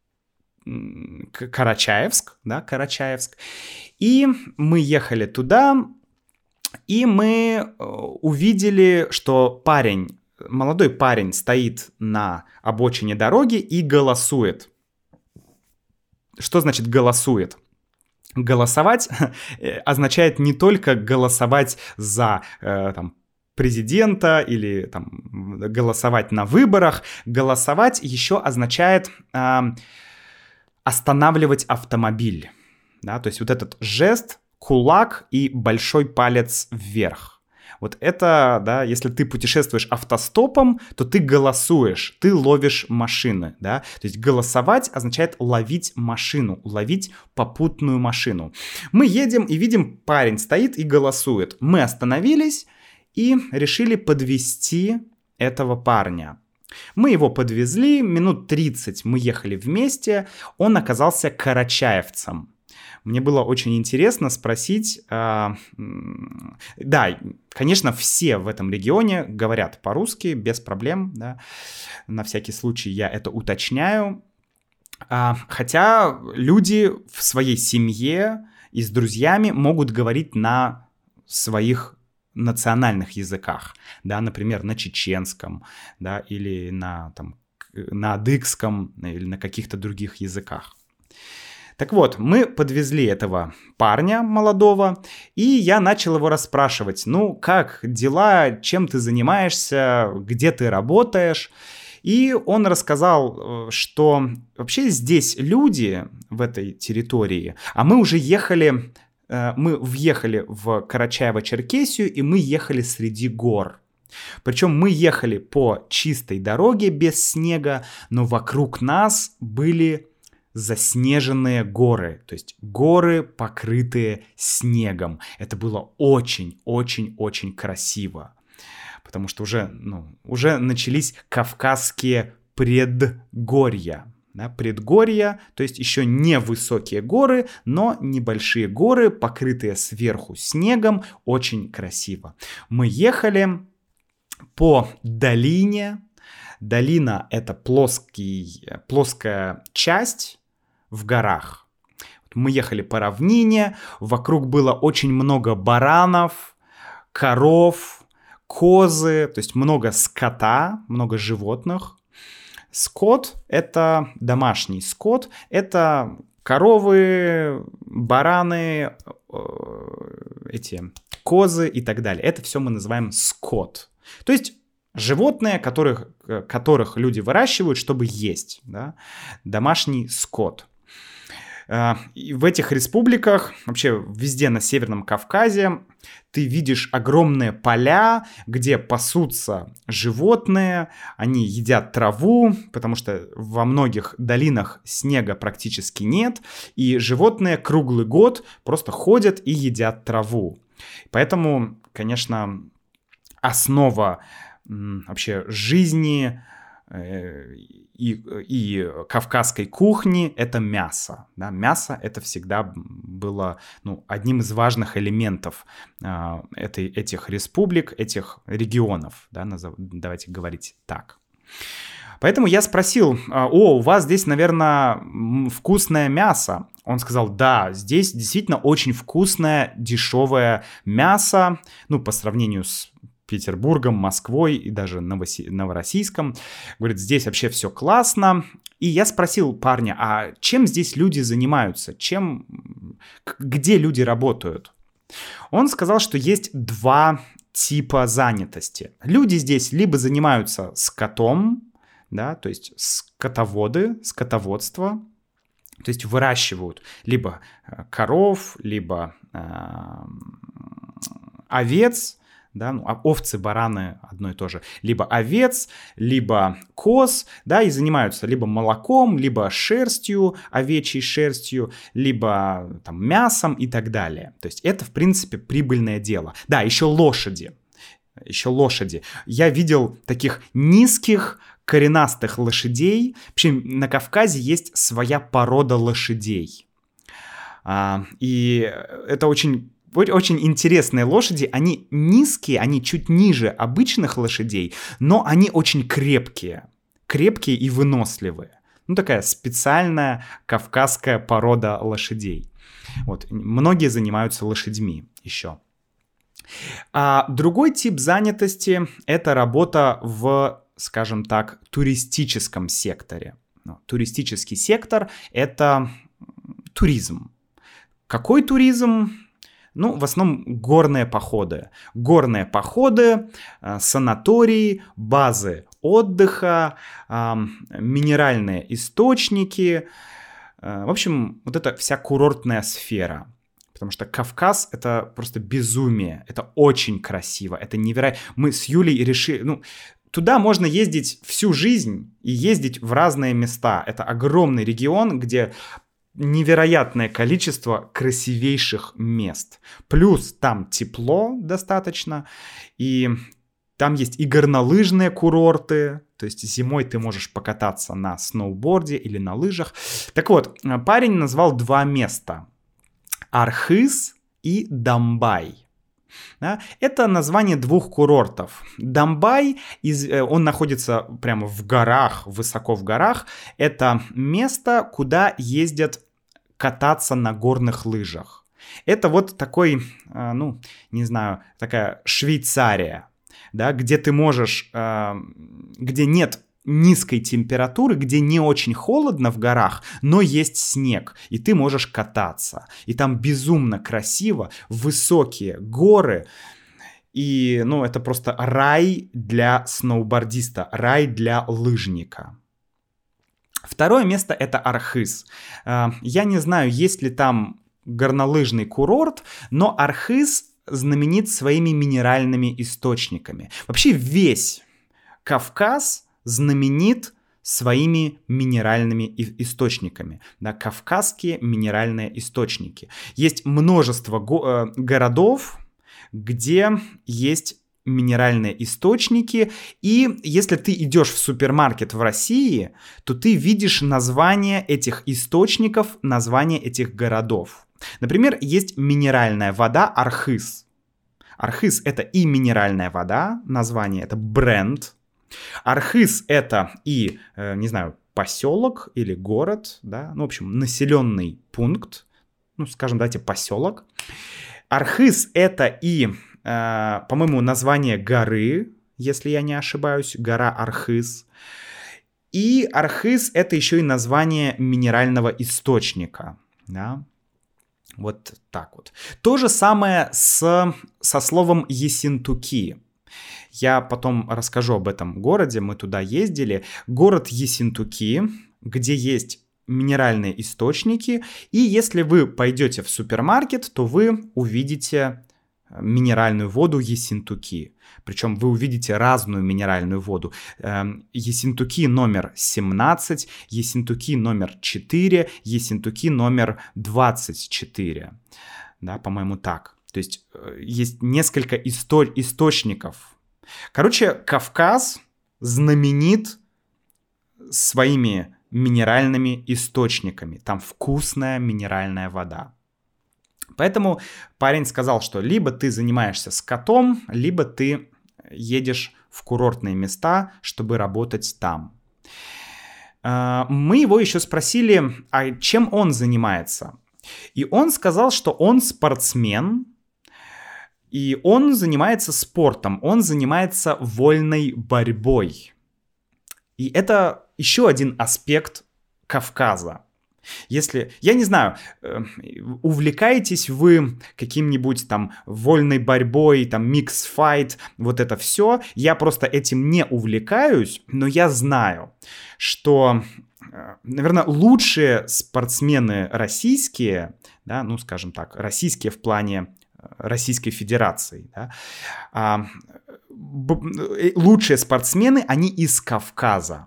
Карачаевск, да, Карачаевск. И мы ехали туда, и мы увидели, что парень, молодой парень стоит на обочине дороги и голосует. Что значит голосует? Голосовать означает не только голосовать за э, там, президента или там, голосовать на выборах. Голосовать еще означает э, останавливать автомобиль. Да? То есть вот этот жест, кулак и большой палец вверх. Вот это, да, если ты путешествуешь автостопом, то ты голосуешь, ты ловишь машины, да. То есть голосовать означает ловить машину, ловить попутную машину. Мы едем и видим, парень стоит и голосует. Мы остановились и решили подвезти этого парня. Мы его подвезли, минут тридцать мы ехали вместе, он оказался карачаевцем. Мне было очень интересно спросить, э, да, конечно, все в этом регионе говорят по-русски, без проблем, да, на всякий случай я это уточняю, э, хотя люди в своей семье и с друзьями могут говорить на своих национальных языках, да, например, на чеченском, да, или на, там, на адыгском, или на каких-то других языках. Так вот, мы подвезли этого парня молодого, и я начал его расспрашивать, ну, как дела, чем ты занимаешься, где ты работаешь. И он рассказал, что вообще здесь люди в этой территории, а мы уже ехали, мы въехали в Карачаево-Черкесию, и мы ехали среди гор. Причем мы ехали по чистой дороге без снега, но вокруг нас были заснеженные горы, то есть горы, покрытые снегом. Это было очень-очень-очень красиво, потому что уже, ну, уже начались кавказские предгорья. Да, предгорья, то есть еще не высокие горы, но небольшие горы, покрытые сверху снегом, очень красиво. Мы ехали по долине. Долина — это плоский, плоская часть в горах. Мы ехали по равнине, вокруг было очень много баранов, коров, козы, то есть много скота, много животных. Скот — это домашний скот, это коровы, бараны, эти козы и так далее. Это все мы называем скот. То есть животные, которых, которых люди выращивают, чтобы есть, да? Домашний скот. И в этих республиках, вообще везде на Северном Кавказе, ты видишь огромные поля, где пасутся животные, они едят траву, потому что во многих долинах снега практически нет, и животные круглый год просто ходят и едят траву. Поэтому, конечно, основа м, вообще жизни и, и кавказской кухни — это мясо. Да? Мясо — это всегда было ну, одним из важных элементов э, этой, этих республик, этих регионов. Да? Назов... Давайте говорить так. Поэтому я спросил: о, у вас здесь, наверное, вкусное мясо. Он сказал: да, здесь действительно очень вкусное, дешевое мясо, ну, по сравнению с Петербургом, Москвой и даже Новоси... Новороссийском. Говорит, здесь вообще все классно. И я спросил парня: а чем здесь люди занимаются? Чем... Где люди работают? Он сказал, что есть два типа занятости. Люди здесь либо занимаются скотом, да, то есть скотоводы, скотоводство, то есть выращивают либо коров, либо э, овец, да, ну, овцы, бараны одно и то же, либо овец, либо коз, да, и занимаются либо молоком, либо шерстью, овечьей шерстью, либо там мясом и так далее. То есть это, в принципе, прибыльное дело. Да, еще лошади, еще лошади. Я видел таких низких, коренастых лошадей. Вообще на Кавказе есть своя порода лошадей. А, и это очень, очень интересные лошади. Они низкие, они чуть ниже обычных лошадей, но они очень крепкие. Крепкие и выносливые. Ну, такая специальная кавказская порода лошадей. Вот. Многие занимаются лошадьми еще. А другой тип занятости — это работа в, скажем так, туристическом секторе. Ну, туристический сектор — это туризм. Какой туризм? Ну, в основном горные походы. Горные походы, санатории, базы отдыха, минеральные источники. В общем, вот это вся курортная сфера. Потому что Кавказ — это просто безумие. Это очень красиво. Это невероятно. Мы с Юлей решили... Ну, туда можно ездить всю жизнь и ездить в разные места. Это огромный регион, где невероятное количество красивейших мест. Плюс там тепло достаточно. И там есть и горнолыжные курорты. То есть зимой ты можешь покататься на сноуборде или на лыжах. Так вот, парень назвал два места. Архыз и Домбай. Да? Это название двух курортов. Домбай, он находится прямо в горах, высоко в горах. Это место, куда ездят кататься на горных лыжах. Это вот такой, ну, не знаю, такая Швейцария, да, где ты можешь, где нет низкой температуры, где не очень холодно в горах, но есть снег, и ты можешь кататься. И там безумно красиво, высокие горы, и, ну, это просто рай для сноубордиста, рай для лыжника. Второе место — это Архыз. Я не знаю, есть ли там горнолыжный курорт, но Архыз знаменит своими минеральными источниками. Вообще весь Кавказ знаменит своими минеральными источниками. Да, кавказские минеральные источники. Есть множество го- э, городов, где есть минеральные источники. И если ты идешь в супермаркет в России, то ты видишь название этих источников, название этих городов. Например, есть минеральная вода Архыз. Архыз — это и минеральная вода, название — это бренд. Архыз — это и, э, не знаю, поселок или город, да, ну, в общем, населенный пункт, ну, скажем, давайте, поселок. Архыз — это и, э, по-моему, название горы, если я не ошибаюсь, гора Архыз. И Архыз — это еще и название минерального источника, да. Вот так вот. То же самое с, со словом Ессентуки. Я потом расскажу об этом городе, мы туда ездили. Город Ессентуки, где есть минеральные источники. И если вы пойдете в супермаркет, то вы увидите минеральную воду Ессентуки. Причем вы увидите разную минеральную воду. Ессентуки номер семнадцать, Ессентуки номер четыре, Ессентуки номер двадцать четыре. Да, по-моему, так. То есть есть несколько исто- источников. Короче, Кавказ знаменит своими минеральными источниками. Там вкусная минеральная вода. Поэтому парень сказал, что либо ты занимаешься скотом, либо ты едешь в курортные места, чтобы работать там. Мы его еще спросили, а чем он занимается? И он сказал, что он спортсмен, и он занимается спортом, он занимается вольной борьбой. И это еще один аспект Кавказа. Если, я не знаю, увлекаетесь вы каким-нибудь там вольной борьбой, там микс-файт, вот это все, я просто этим не увлекаюсь, но я знаю, что, наверное, лучшие спортсмены российские, да, ну, скажем так, российские в плане Российской Федерации, да, а, б, лучшие спортсмены, они из Кавказа.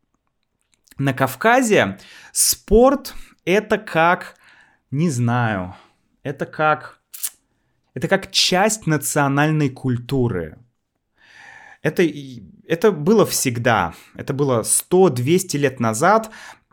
На Кавказе спорт — это как, не знаю, это как, это как часть национальной культуры. Это, это было всегда, это было сто-двести лет назад.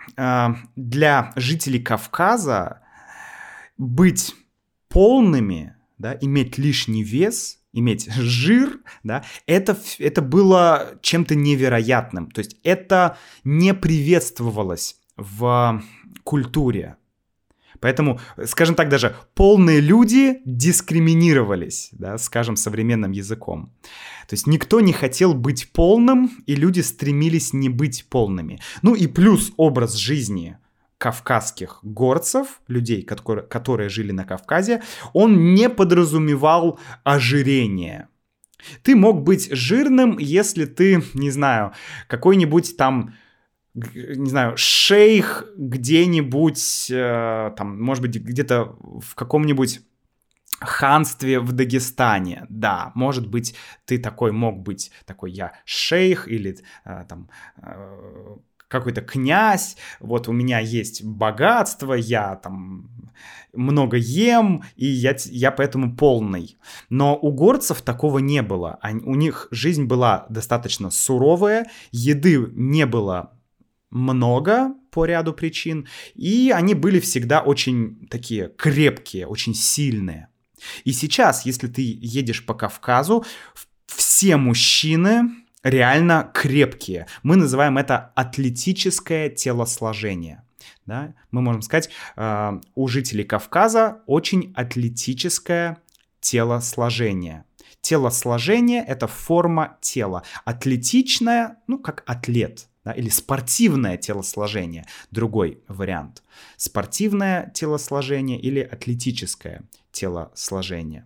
Для жителей Кавказа быть полными, да, иметь лишний вес, иметь жир, да, это, это было чем-то невероятным. То есть это не приветствовалось в культуре. Поэтому, скажем так, даже полные люди дискриминировались, да, скажем, современным языком. То есть никто не хотел быть полным, и люди стремились не быть полными. Ну и плюс образ жизни кавказских горцев, людей, которые, которые жили на Кавказе, он не подразумевал ожирение. Ты мог быть жирным, если ты, не знаю, какой-нибудь там, не знаю, шейх где-нибудь, э, там, может быть, где-то в каком-нибудь ханстве в Дагестане. Да, может быть, ты такой мог быть, такой я шейх или э, там... Э, какой-то князь, вот у меня есть богатство, я там много ем, и я, я поэтому полный. Но у горцев такого не было. Они, у них жизнь была достаточно суровая, еды не было много по ряду причин, и они были всегда очень такие крепкие, очень сильные. И сейчас, если ты едешь по Кавказу, все мужчины реально крепкие. Мы называем это атлетическое телосложение. Да? Мы можем сказать, э, у жителей Кавказа очень атлетическое телосложение. Телосложение — это форма тела. Атлетичное, ну, как атлет. Да? Или спортивное телосложение. Другой вариант. Спортивное телосложение или атлетическое телосложение.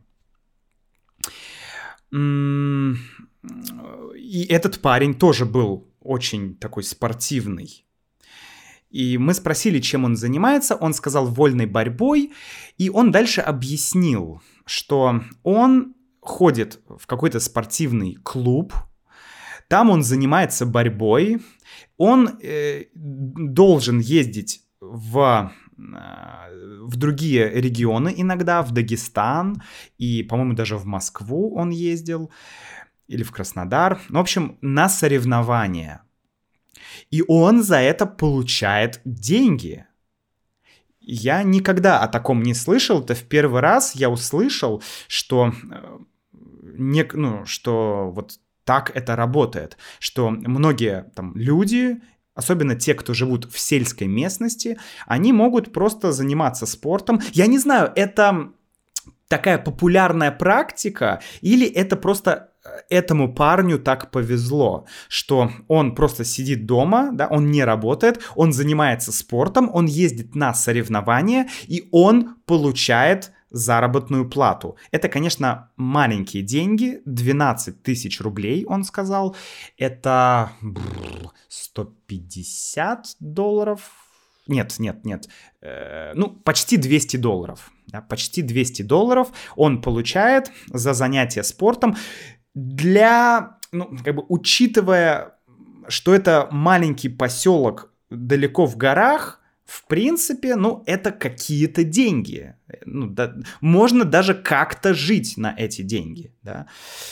М- И этот парень тоже был очень такой спортивный. И мы спросили, чем он занимается. Он сказал вольной борьбой. И он дальше объяснил, что он ходит в какой-то спортивный клуб. Там он занимается борьбой. Он э, должен ездить в... в другие регионы иногда, в Дагестан. И, по-моему, даже в Москву он ездил. Или в Краснодар. В общем, на соревнования. И он за это получает деньги. Я никогда о таком не слышал. Это в первый раз я услышал, что, не, ну, что вот так это работает. Что многие там люди, особенно те, кто живут в сельской местности, они могут просто заниматься спортом. Я не знаю, это такая популярная практика или это просто... Этому парню так повезло, что он просто сидит дома, да, он не работает, он занимается спортом, он ездит на соревнования, и он получает заработную плату. Это, конечно, маленькие деньги, двенадцать тысяч рублей, он сказал. Это сто пятьдесят долларов. Нет, нет, нет. Э, ну, почти двести долларов. Да, почти двести долларов он получает за занятие спортом. Для, ну, как бы учитывая, что это маленький поселок далеко в горах, в принципе, ну, это какие-то деньги. Ну, да, можно даже как-то жить на эти деньги, да.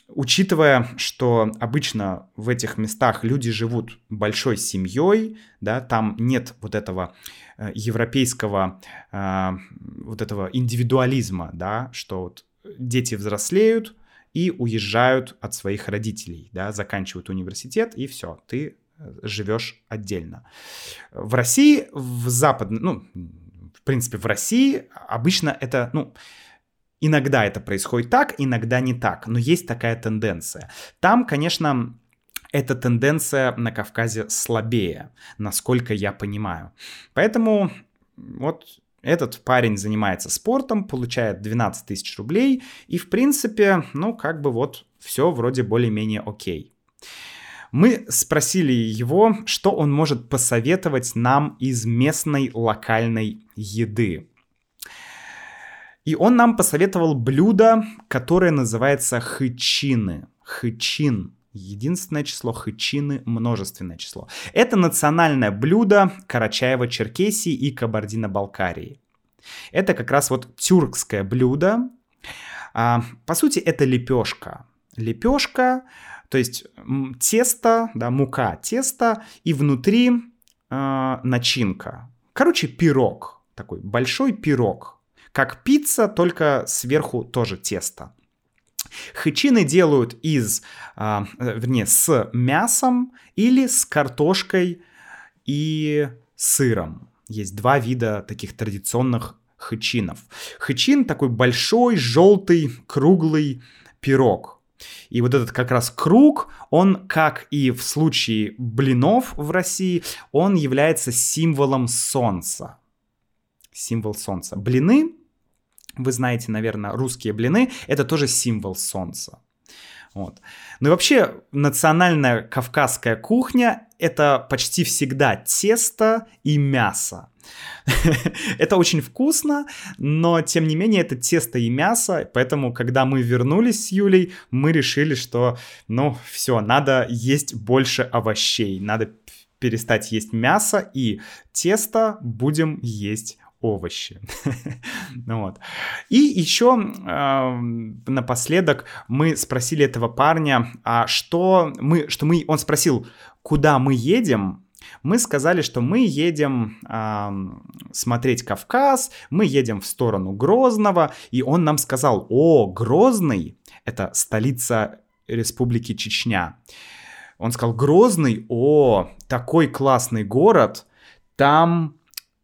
учитывая, что обычно в этих местах люди живут большой семьей, да, там нет вот этого э, европейского э, вот этого индивидуализма, да, что вот дети взрослеют и уезжают от своих родителей, да, заканчивают университет, и все, ты живешь отдельно. В России, в западной, ну, в принципе, в России обычно это, ну, иногда это происходит так, иногда не так, но есть такая тенденция. Там, конечно, эта тенденция на Кавказе слабее, насколько я понимаю. Поэтому вот этот парень занимается спортом, получает двенадцать тысяч рублей, и, в принципе, ну, как бы вот все вроде более-менее окей. Мы спросили его, что он может посоветовать нам из местной локальной еды. И он нам посоветовал блюдо, которое называется хычины. Хычин. Единственное число, хычины — множественное число. Это национальное блюдо Карачаево-Черкесии и Кабардино-Балкарии. Это как раз вот тюркское блюдо. А, по сути, это лепешка. Лепешка, то есть тесто, да, мука, тесто, и внутри э, начинка. Короче, пирог. Такой большой пирог. Как пицца, только сверху тоже тесто. Хычины делают из, э, вернее, с мясом или с картошкой и сыром. Есть два вида таких традиционных хычинов. Хычин такой большой, желтый, круглый пирог. И вот этот как раз круг, он, как и в случае блинов в России, он является символом солнца. Символ солнца. Блины, вы знаете, наверное, русские блины, это тоже символ солнца. Вот. Ну и вообще национальная кавказская кухня — это почти всегда тесто и мясо. Это очень вкусно, но тем не менее это тесто и мясо, поэтому когда мы вернулись с Юлей, мы решили, что ну все, надо есть больше овощей, надо перестать есть мясо и тесто, будем есть овощи. Вот. И еще э, напоследок мы спросили этого парня, а что мы, что мы, он спросил, куда мы едем. Мы сказали, что мы едем э, смотреть Кавказ, мы едем в сторону Грозного, и он нам сказал: о, Грозный — это столица Республики Чечня. Он сказал: Грозный, о, такой классный город, там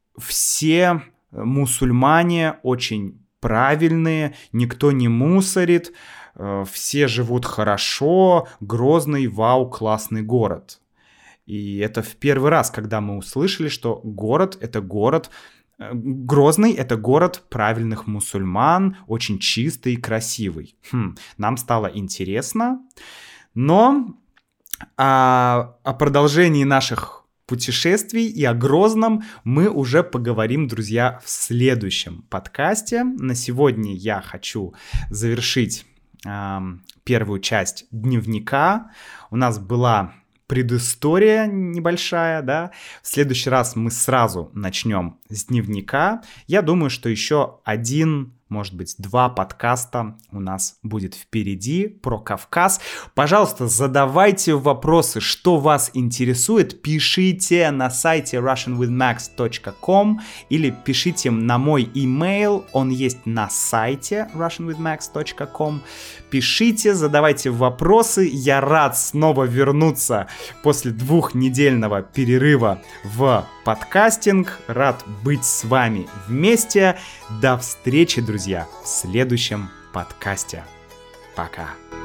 все мусульмане очень правильные, никто не мусорит, э, все живут хорошо, Грозный, вау, классный город. И это в первый раз, когда мы услышали, что город — это город, э, Грозный — это город правильных мусульман, очень чистый и красивый. Хм, нам стало интересно, но а, о продолжении наших путешествий и о Грозном мы уже поговорим, друзья, в следующем подкасте. На сегодня я хочу завершить э, первую часть дневника. У нас была предыстория небольшая, да. В следующий раз мы сразу начнем с дневника. Я думаю, что еще один, может быть, два подкаста у нас будет впереди про Кавказ. Пожалуйста, задавайте вопросы, что вас интересует. Пишите на сайте russian with max точка com или пишите на мой имейл, он есть на сайте russian with max точка com. Пишите, задавайте вопросы. Я рад снова вернуться после двухнедельного перерыва в подкастинг. Рад быть с вами вместе. До встречи, друзья, в следующем подкасте. Пока.